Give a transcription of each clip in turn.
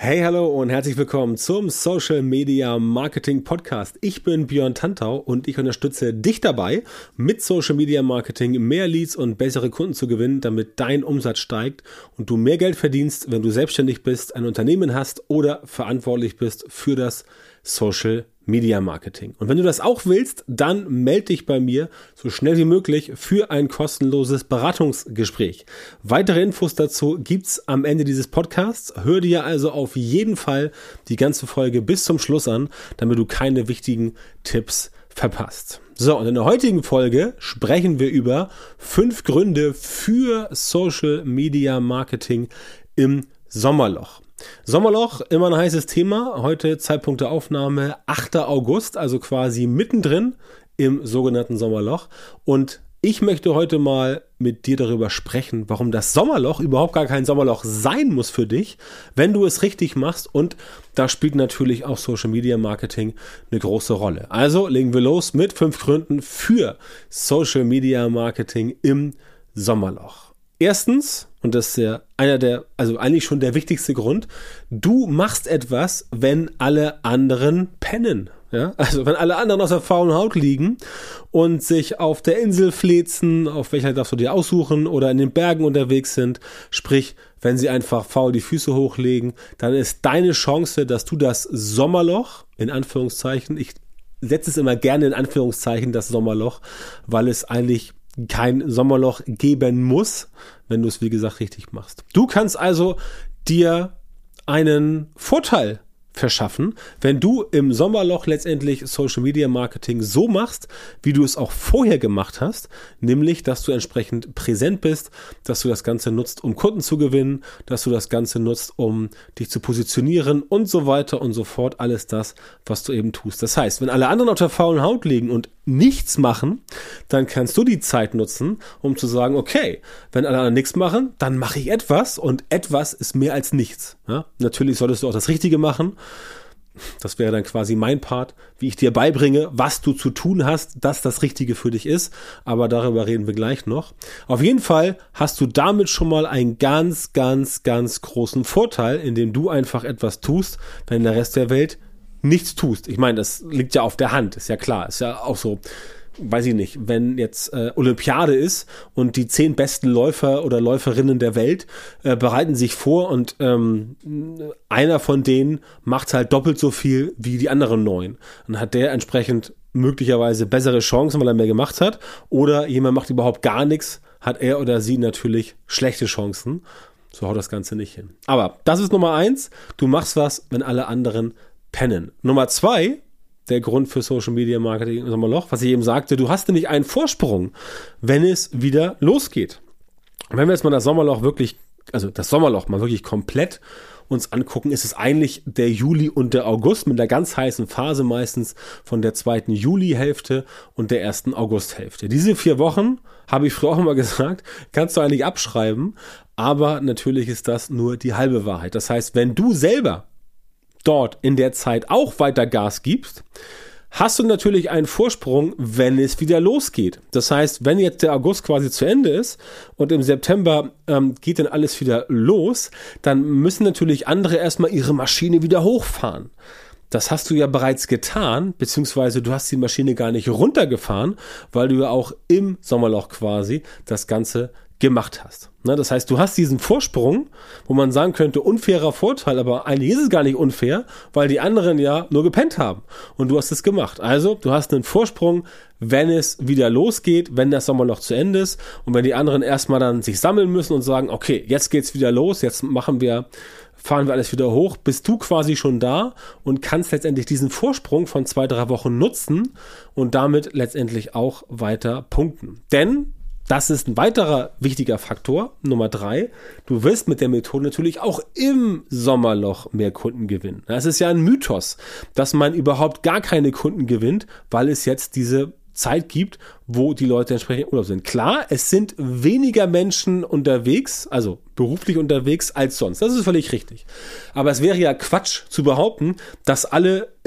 Hey, hallo und herzlich willkommen zum Social Media Marketing Podcast. Ich bin Björn Tantau und ich unterstütze dich dabei, mit Social Media Marketing mehr Leads und bessere Kunden zu gewinnen, damit dein Umsatz steigt und du mehr Geld verdienst, wenn du selbstständig bist, ein Unternehmen hast oder verantwortlich bist für das Social Media Marketing. Und wenn du das auch willst, dann melde dich bei mir so schnell wie möglich für ein kostenloses Beratungsgespräch. Weitere Infos dazu gibt's am Ende dieses Podcasts. Hör dir also auf jeden Fall die ganze Folge bis zum Schluss an, damit du keine wichtigen Tipps verpasst. So, und in der heutigen Folge sprechen wir über 5 Gründe für Social Media Marketing im Sommerloch. Sommerloch, immer ein heißes Thema. Heute Zeitpunkt der Aufnahme 8. August, also quasi mittendrin im sogenannten Sommerloch. Und ich möchte heute mal mit dir darüber sprechen, warum das Sommerloch überhaupt gar kein Sommerloch sein muss für dich, wenn du es richtig machst. Und da spielt natürlich auch Social Media Marketing eine große Rolle. Also legen wir los mit 5 Gründen für Social Media Marketing im Sommerloch. Erstens, und das ist ja eigentlich schon der wichtigste Grund, du machst etwas, wenn alle anderen pennen. Ja? Also wenn alle anderen aus der faulen Haut liegen und sich auf der Insel flezen, auf welcher darfst du dir aussuchen, oder in den Bergen unterwegs sind, sprich, wenn sie einfach faul die Füße hochlegen, dann ist deine Chance, dass du das Sommerloch, in Anführungszeichen, ich setze es immer gerne in Anführungszeichen, das Sommerloch, weil es eigentlich kein Sommerloch geben muss, wenn du es, wie gesagt, richtig machst. Du kannst also dir einen Vorteil verschaffen, wenn du im Sommerloch letztendlich Social Media Marketing so machst, wie du es auch vorher gemacht hast, nämlich, dass du entsprechend präsent bist, dass du das Ganze nutzt, um Kunden zu gewinnen, dass du das Ganze nutzt, um dich zu positionieren und so weiter und so fort, alles das, was du eben tust. Das heißt, wenn alle anderen auf der faulen Haut liegen und nichts machen, dann kannst du die Zeit nutzen, um zu sagen, okay, wenn alle anderen nichts machen, dann mache ich etwas und etwas ist mehr als nichts. Ja? Natürlich solltest du auch das Richtige machen. Das wäre dann quasi mein Part, wie ich dir beibringe, was du zu tun hast, dass das Richtige für dich ist. Aber darüber reden wir gleich noch. Auf jeden Fall hast du damit schon mal einen ganz, ganz, ganz großen Vorteil, indem du einfach etwas tust, wenn der Rest der Welt nichts tust. Ich meine, das liegt ja auf der Hand, ist ja klar. Ist ja auch so, weiß ich nicht, wenn jetzt Olympiade ist und die 10 besten Läufer oder Läuferinnen der Welt bereiten sich vor und einer von denen macht halt doppelt so viel wie die anderen 9. Dann hat der entsprechend möglicherweise bessere Chancen, weil er mehr gemacht hat. Oder jemand macht überhaupt gar nichts, hat er oder sie natürlich schlechte Chancen. So haut das Ganze nicht hin. Aber das ist Nummer 1. Du machst was, wenn alle anderen pennen. Nummer 2, der Grund für Social Media Marketing im Sommerloch, was ich eben sagte, du hast nämlich einen Vorsprung, wenn es wieder losgeht. Und wenn wir jetzt mal das Sommerloch mal wirklich komplett uns angucken, ist es eigentlich der Juli und der August mit der ganz heißen Phase meistens von der 2. Juli-Hälfte und der 1. August-Hälfte. Diese 4 Wochen, habe ich früher auch immer gesagt, kannst du eigentlich abschreiben, aber natürlich ist das nur die halbe Wahrheit. Das heißt, wenn du selber dort in der Zeit auch weiter Gas gibst, hast du natürlich einen Vorsprung, wenn es wieder losgeht. Das heißt, wenn jetzt der August quasi zu Ende ist und im September geht dann alles wieder los, dann müssen natürlich andere erstmal ihre Maschine wieder hochfahren. Das hast du ja bereits getan, beziehungsweise du hast die Maschine gar nicht runtergefahren, weil du ja auch im Sommerloch quasi das Ganze gemacht hast. Das heißt, du hast diesen Vorsprung, wo man sagen könnte, unfairer Vorteil, aber eigentlich ist es gar nicht unfair, weil die anderen ja nur gepennt haben und du hast es gemacht. Also, du hast einen Vorsprung, wenn es wieder losgeht, wenn das Sommerloch zu Ende ist und wenn die anderen erstmal dann sich sammeln müssen und sagen, okay, jetzt geht's wieder los, jetzt fahren wir alles wieder hoch, bist du quasi schon da und kannst letztendlich diesen Vorsprung von 2-3 Wochen nutzen und damit letztendlich auch weiter punkten. Denn das ist ein weiterer wichtiger Faktor. Nummer 3, du wirst mit der Methode natürlich auch im Sommerloch mehr Kunden gewinnen. Das ist ja ein Mythos, dass man überhaupt gar keine Kunden gewinnt, weil es jetzt diese Zeit gibt, wo die Leute entsprechend im Urlaub sind. Klar, es sind weniger Menschen unterwegs, also beruflich unterwegs, als sonst. Das ist völlig richtig. Aber es wäre ja Quatsch zu behaupten, dass alle im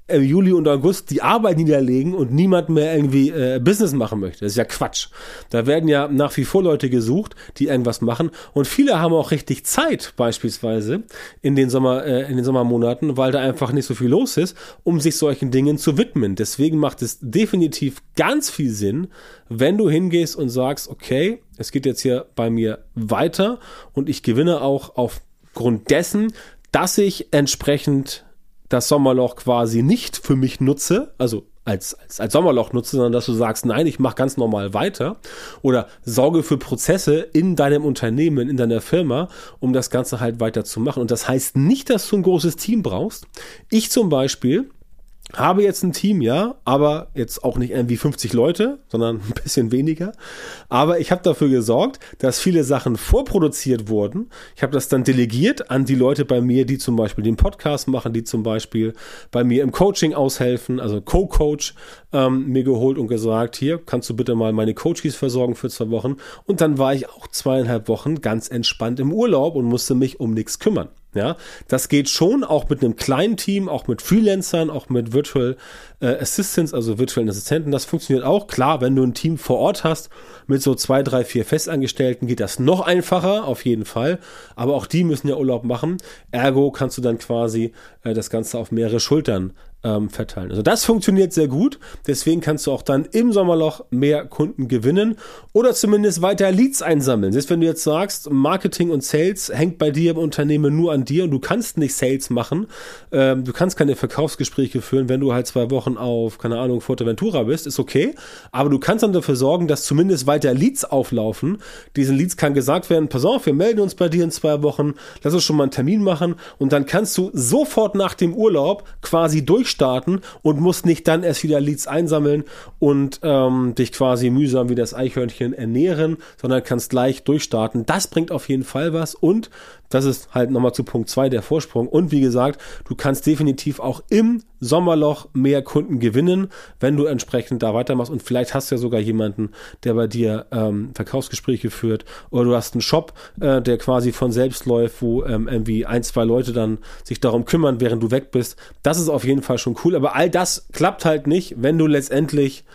Juli und August die Arbeit niederlegen und niemand mehr irgendwie Business machen möchte. Das ist ja Quatsch. Da werden ja nach wie vor Leute gesucht, die irgendwas machen und viele haben auch richtig Zeit beispielsweise in den Sommermonaten, weil da einfach nicht so viel los ist, um sich solchen Dingen zu widmen. Deswegen macht es definitiv ganz viel Sinn, wenn du hingehst und sagst, okay, es geht jetzt hier bei mir weiter und ich gewinne auch aufgrund dessen, dass ich entsprechend das Sommerloch quasi nicht für mich nutze, also als Sommerloch nutze, sondern dass du sagst, nein, ich mache ganz normal weiter oder sorge für Prozesse in deinem Unternehmen, in deiner Firma, um das Ganze halt weiter zu machen. Und das heißt nicht, dass du ein großes Team brauchst. Ich zum Beispiel habe jetzt ein Team, ja, aber jetzt auch nicht irgendwie 50 Leute, sondern ein bisschen weniger. Aber ich habe dafür gesorgt, dass viele Sachen vorproduziert wurden. Ich habe das dann delegiert an die Leute bei mir, die zum Beispiel den Podcast machen, die zum Beispiel bei mir im Coaching aushelfen, also Co-Coach mir geholt und gesagt, hier kannst du bitte mal meine Coaches versorgen für 2 Wochen. Und dann war ich auch 2,5 Wochen ganz entspannt im Urlaub und musste mich um nichts kümmern. Ja, das geht schon auch mit einem kleinen Team, auch mit Freelancern, auch mit Virtual Assistants, also virtuellen Assistenten. Das funktioniert auch. Klar, wenn du ein Team vor Ort hast mit so 2, 3, 4 Festangestellten, geht das noch einfacher, auf jeden Fall. Aber auch die müssen ja Urlaub machen. Ergo kannst du dann quasi das Ganze auf mehrere Schultern verteilen. Also das funktioniert sehr gut. Deswegen kannst du auch dann im Sommerloch mehr Kunden gewinnen oder zumindest weiter Leads einsammeln. Selbst wenn du jetzt sagst, Marketing und Sales hängt bei dir im Unternehmen nur an dir und du kannst nicht Sales machen, du kannst keine Verkaufsgespräche führen, wenn du halt 2 Wochen auf, keine Ahnung, Fuerteventura bist, ist okay. Aber du kannst dann dafür sorgen, dass zumindest weiter Leads auflaufen. Diesen Leads kann gesagt werden, pass auf, wir melden uns bei dir in 2 Wochen, lass uns schon mal einen Termin machen und dann kannst du sofort nach dem Urlaub quasi durchstarten und musst nicht dann erst wieder Leads einsammeln und dich quasi mühsam wie das Eichhörnchen ernähren, sondern kannst gleich durchstarten. Das bringt auf jeden Fall was und das ist halt nochmal zu Punkt 2 der Vorsprung. Und wie gesagt, du kannst definitiv auch im Sommerloch mehr Kunden gewinnen, wenn du entsprechend da weitermachst. Und vielleicht hast du ja sogar jemanden, der bei dir Verkaufsgespräche führt. Oder du hast einen Shop, der quasi von selbst läuft, wo irgendwie 1, 2 Leute dann sich darum kümmern, während du weg bist. Das ist auf jeden Fall schon cool. Aber all das klappt halt nicht, wenn du letztendlich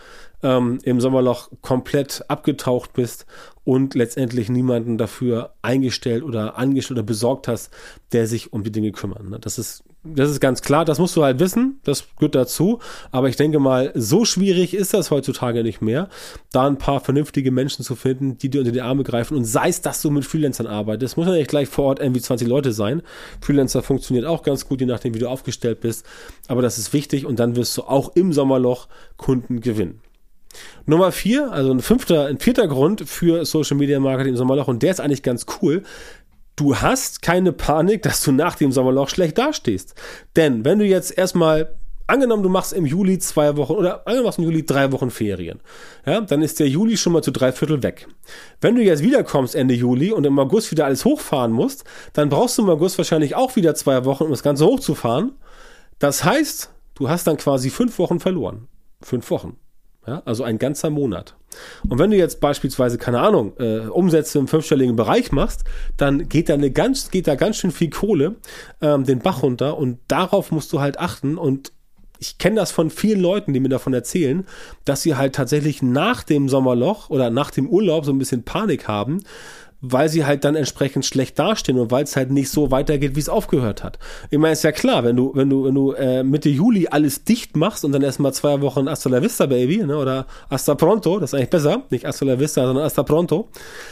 im Sommerloch komplett abgetaucht bist und letztendlich niemanden dafür eingestellt oder angestellt oder besorgt hast, der sich um die Dinge kümmert. Das ist ganz klar, das musst du halt wissen, das gehört dazu, aber ich denke mal, so schwierig ist das heutzutage nicht mehr, da ein paar vernünftige Menschen zu finden, die dir unter die Arme greifen und sei es, dass du mit Freelancern arbeitest, muss ja nicht gleich vor Ort irgendwie 20 Leute sein. Freelancer funktioniert auch ganz gut, je nachdem, wie du aufgestellt bist, aber das ist wichtig und dann wirst du auch im Sommerloch Kunden gewinnen. Nummer 4, also ein vierter Grund für Social Media Marketing im Sommerloch und der ist eigentlich ganz cool. Du hast keine Panik, dass du nach dem Sommerloch schlecht dastehst. Denn wenn du jetzt erstmal, angenommen du machst im Juli 2 Wochen oder angenommen du machst im Juli 3 Wochen Ferien, ja, dann ist der Juli schon mal zu 3/4 weg. Wenn du jetzt wiederkommst Ende Juli und im August wieder alles hochfahren musst, dann brauchst du im August wahrscheinlich auch wieder 2 Wochen, um das Ganze hochzufahren. Das heißt, du hast dann quasi 5 Wochen verloren. 5 Wochen. Ja, also ein ganzer Monat. Und wenn du jetzt beispielsweise, keine Ahnung, Umsätze im 5-stelligen Bereich machst, dann geht da ganz schön viel Kohle den Bach runter und darauf musst du halt achten und ich kenne das von vielen Leuten, die mir davon erzählen, dass sie halt tatsächlich nach dem Sommerloch oder nach dem Urlaub so ein bisschen Panik haben, weil sie halt dann entsprechend schlecht dastehen und weil es halt nicht so weitergeht, wie es aufgehört hat. Ich meine, ist ja klar, wenn du Mitte Juli alles dicht machst und dann erstmal 2 Wochen Hasta la Vista, Baby, ne, oder Hasta Pronto, das ist eigentlich besser, nicht Hasta la Vista, sondern Hasta Pronto,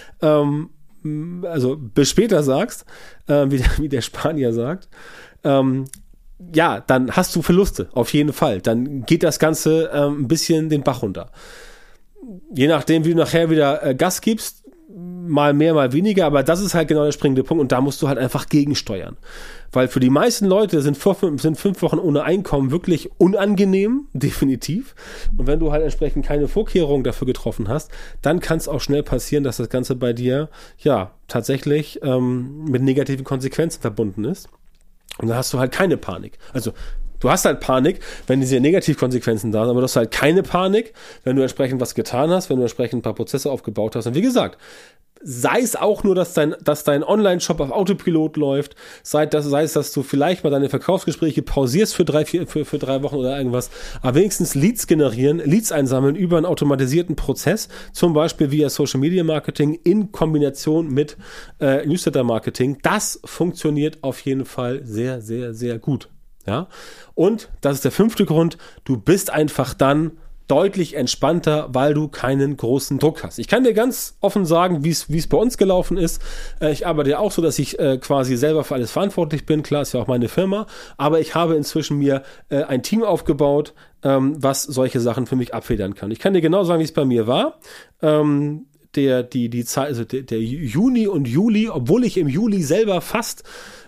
also bis später sagst, wie der Spanier sagt, ja, dann hast du Verluste, auf jeden Fall. Dann geht das Ganze ein bisschen den Bach runter. Je nachdem, wie du nachher wieder Gas gibst, mal mehr, mal weniger, aber das ist halt genau der springende Punkt und da musst du halt einfach gegensteuern. Weil für die meisten Leute sind 5 Wochen ohne Einkommen wirklich unangenehm, definitiv. Und wenn du halt entsprechend keine Vorkehrungen dafür getroffen hast, dann kann es auch schnell passieren, dass das Ganze bei dir ja tatsächlich mit negativen Konsequenzen verbunden ist. Und da hast du halt keine Panik. Also du hast halt Panik, wenn diese Negativkonsequenzen da sind, aber du hast halt keine Panik, wenn du entsprechend was getan hast, wenn du entsprechend ein paar Prozesse aufgebaut hast. Und wie gesagt, Sei es auch nur, dass dein Online-Shop auf Autopilot läuft, sei es, dass du vielleicht mal deine Verkaufsgespräche pausierst für 3 Wochen oder irgendwas, aber wenigstens Leads generieren, Leads einsammeln über einen automatisierten Prozess, zum Beispiel via Social Media Marketing in Kombination mit Newsletter Marketing. Das funktioniert auf jeden Fall sehr, sehr, sehr gut. Ja? Und das ist der 5. Grund, du bist einfach dann deutlich entspannter, weil du keinen großen Druck hast. Ich kann dir ganz offen sagen, wie es bei uns gelaufen ist. Ich arbeite ja auch so, dass ich quasi selber für alles verantwortlich bin. Klar, ist ja auch meine Firma, aber ich habe inzwischen mir ein Team aufgebaut, was solche Sachen für mich abfedern kann. Ich kann dir genau sagen, wie es bei mir war. Der Juni und Juli, obwohl ich im Juli selber fast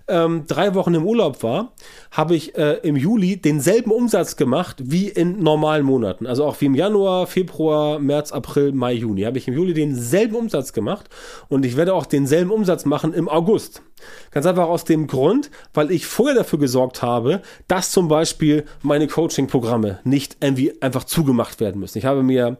3 Wochen im Urlaub war, habe ich im Juli denselben Umsatz gemacht wie in normalen Monaten. Also auch wie im Januar, Februar, März, April, Mai, Juni. Habe ich im Juli denselben Umsatz gemacht und ich werde auch denselben Umsatz machen im August. Ganz einfach aus dem Grund, weil ich vorher dafür gesorgt habe, dass zum Beispiel meine Coaching-Programme nicht irgendwie einfach zugemacht werden müssen. Ich habe mir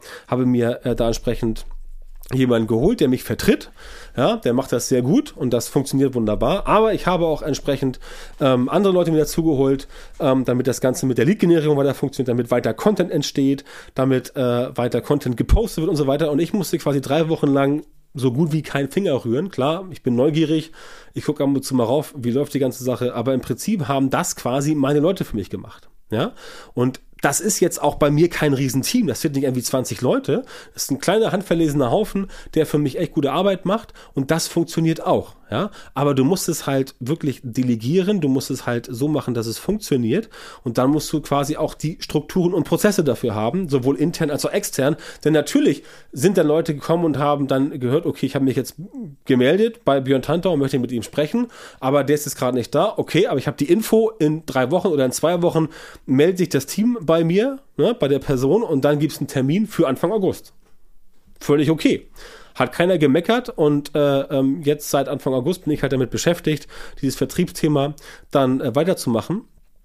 da entsprechend jemanden geholt, der mich vertritt, ja, der macht das sehr gut und das funktioniert wunderbar, aber ich habe auch entsprechend andere Leute mir dazugeholt, damit das Ganze mit der Lead-Generierung weiter funktioniert, damit weiter Content entsteht, damit weiter Content gepostet wird und so weiter und ich musste quasi 3 Wochen lang so gut wie keinen Finger rühren. Klar, ich bin neugierig, ich gucke ab und zu mal rauf, wie läuft die ganze Sache, aber im Prinzip haben das quasi meine Leute für mich gemacht, ja, und das ist jetzt auch bei mir kein Riesenteam. Das sind nicht irgendwie 20 Leute. Das ist ein kleiner, handverlesener Haufen, der für mich echt gute Arbeit macht. Und das funktioniert auch. Ja? Aber du musst es halt wirklich delegieren. Du musst es halt so machen, dass es funktioniert. Und dann musst du quasi auch die Strukturen und Prozesse dafür haben, sowohl intern als auch extern. Denn natürlich sind dann Leute gekommen und haben dann gehört, okay, ich habe mich jetzt gemeldet bei Björn Tantau und möchte mit ihm sprechen. Aber der ist jetzt gerade nicht da. Okay, aber ich habe die Info, in 3 Wochen oder in 2 Wochen meldet sich das Team bei mir, ne, bei der Person und dann gibt es einen Termin für Anfang August. Völlig okay. Hat keiner gemeckert und jetzt seit Anfang August bin ich halt damit beschäftigt, dieses Vertriebsthema dann weiterzumachen.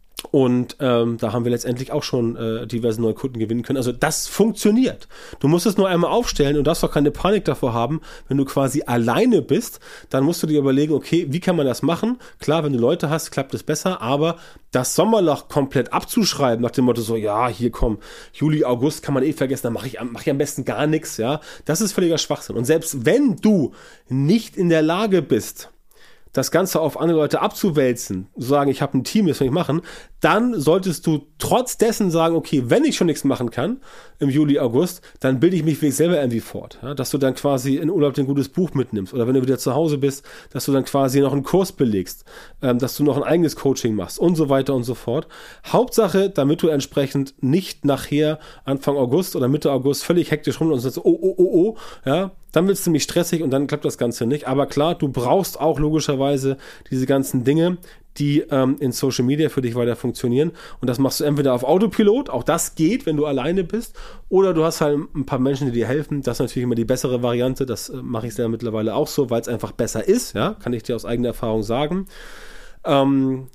Und da haben wir letztendlich auch schon diverse neue Kunden gewinnen können. Also das funktioniert. Du musst es nur einmal aufstellen und darfst auch keine Panik davor haben, wenn du quasi alleine bist, dann musst du dir überlegen, okay, wie kann man das machen? Klar, wenn du Leute hast, klappt es besser, aber das Sommerloch komplett abzuschreiben, nach dem Motto so, ja, hier komm, Juli, August kann man eh vergessen, dann mache ich am besten gar nichts, ja. Das ist völliger Schwachsinn. Und selbst wenn du nicht in der Lage bist, das Ganze auf andere Leute abzuwälzen, zu sagen, ich habe ein Team, das will ich machen, dann solltest du trotz dessen sagen, okay, wenn ich schon nichts machen kann im Juli, August, dann bilde ich mich wirklich selber irgendwie fort. Ja, dass du dann quasi in Urlaub ein gutes Buch mitnimmst oder wenn du wieder zu Hause bist, dass du dann quasi noch einen Kurs belegst, dass du noch ein eigenes Coaching machst und so weiter und so fort. Hauptsache, damit du entsprechend nicht nachher Anfang August oder Mitte August völlig hektisch rum und sagst, oh, ja, dann wird es ziemlich stressig und dann klappt das Ganze nicht. Aber klar, du brauchst auch logischerweise diese ganzen Dinge, die in Social Media für dich weiter funktionieren. Und das machst du entweder auf Autopilot, auch das geht, wenn du alleine bist, oder du hast halt ein paar Menschen, die dir helfen. Das ist natürlich immer die bessere Variante. Das mache ich sehr mittlerweile auch so, weil es einfach besser ist, ja, kann ich dir aus eigener Erfahrung sagen. Damit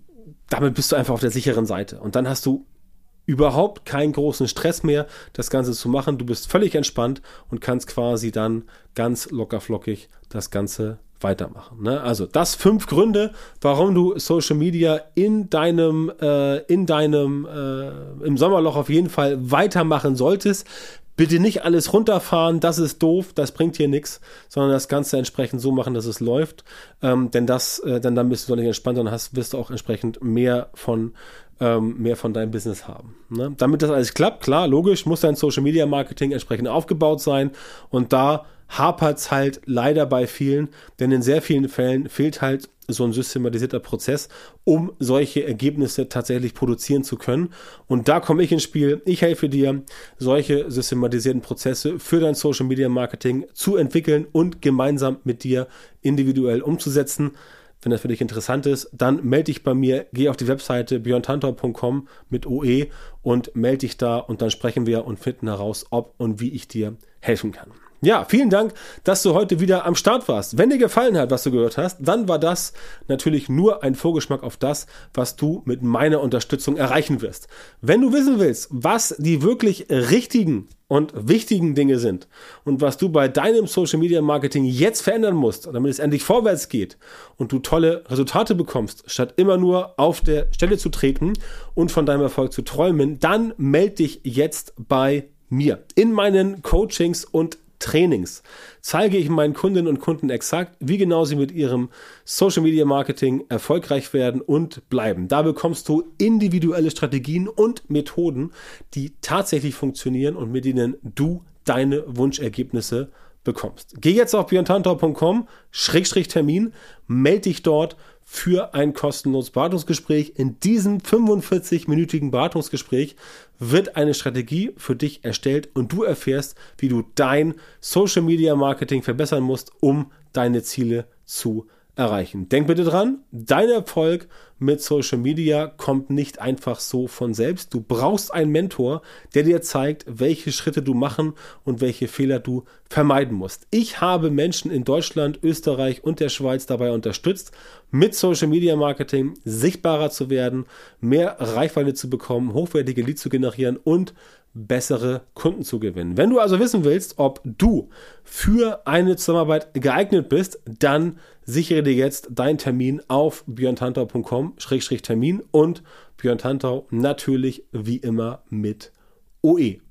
bist du einfach auf der sicheren Seite. Und dann hast du überhaupt keinen großen Stress mehr, das Ganze zu machen. Du bist völlig entspannt und kannst quasi dann ganz lockerflockig das Ganze weitermachen. Ne? Also das 5 Gründe, warum du Social Media im Sommerloch auf jeden Fall weitermachen solltest. Bitte nicht alles runterfahren, das ist doof, das bringt hier nichts, sondern das Ganze entsprechend so machen, dass es läuft. Denn dann bist du doch nicht entspannt und wirst du auch entsprechend mehr von deinem Business haben. Ne? Damit das alles klappt, klar, logisch, muss dein Social Media Marketing entsprechend aufgebaut sein und da hapert es halt leider bei vielen, denn in sehr vielen Fällen fehlt halt so ein systematisierter Prozess, um solche Ergebnisse tatsächlich produzieren zu können. Und da komme ich ins Spiel. Ich helfe dir, solche systematisierten Prozesse für dein Social Media Marketing zu entwickeln und gemeinsam mit dir individuell umzusetzen. Wenn das für dich interessant ist, dann melde dich bei mir, geh auf die Webseite björntantau.com mit OE und melde dich da und dann sprechen wir und finden heraus, ob und wie ich dir helfen kann. Ja, vielen Dank, dass du heute wieder am Start warst. Wenn dir gefallen hat, was du gehört hast, dann war das natürlich nur ein Vorgeschmack auf das, was du mit meiner Unterstützung erreichen wirst. Wenn du wissen willst, was die wirklich richtigen und wichtigen Dinge sind und was du bei deinem Social Media Marketing jetzt verändern musst, damit es endlich vorwärts geht und du tolle Resultate bekommst, statt immer nur auf der Stelle zu treten und von deinem Erfolg zu träumen, dann melde dich jetzt bei mir. In meinen Coachings und Trainings zeige ich meinen Kundinnen und Kunden exakt, wie genau sie mit ihrem Social Media Marketing erfolgreich werden und bleiben. Da bekommst du individuelle Strategien und Methoden, die tatsächlich funktionieren und mit denen du deine Wunschergebnisse bekommst. Geh jetzt auf björntantau.com/Termin, melde dich dort für ein kostenloses Beratungsgespräch. In diesem 45-minütigen Beratungsgespräch wird eine Strategie für dich erstellt und du erfährst, wie du dein Social Media Marketing verbessern musst, um deine Ziele zu erreichen. Denk bitte dran, dein Erfolg mit Social Media kommt nicht einfach so von selbst. Du brauchst einen Mentor, der dir zeigt, welche Schritte du machen und welche Fehler du vermeiden musst. Ich habe Menschen in Deutschland, Österreich und der Schweiz dabei unterstützt, mit Social Media Marketing sichtbarer zu werden, mehr Reichweite zu bekommen, hochwertige Leads zu generieren und bessere Kunden zu gewinnen. Wenn du also wissen willst, ob du für eine Zusammenarbeit geeignet bist, dann sichere dir jetzt deinen Termin auf björntantau.com/Termin und Björn Tantau natürlich wie immer mit OE.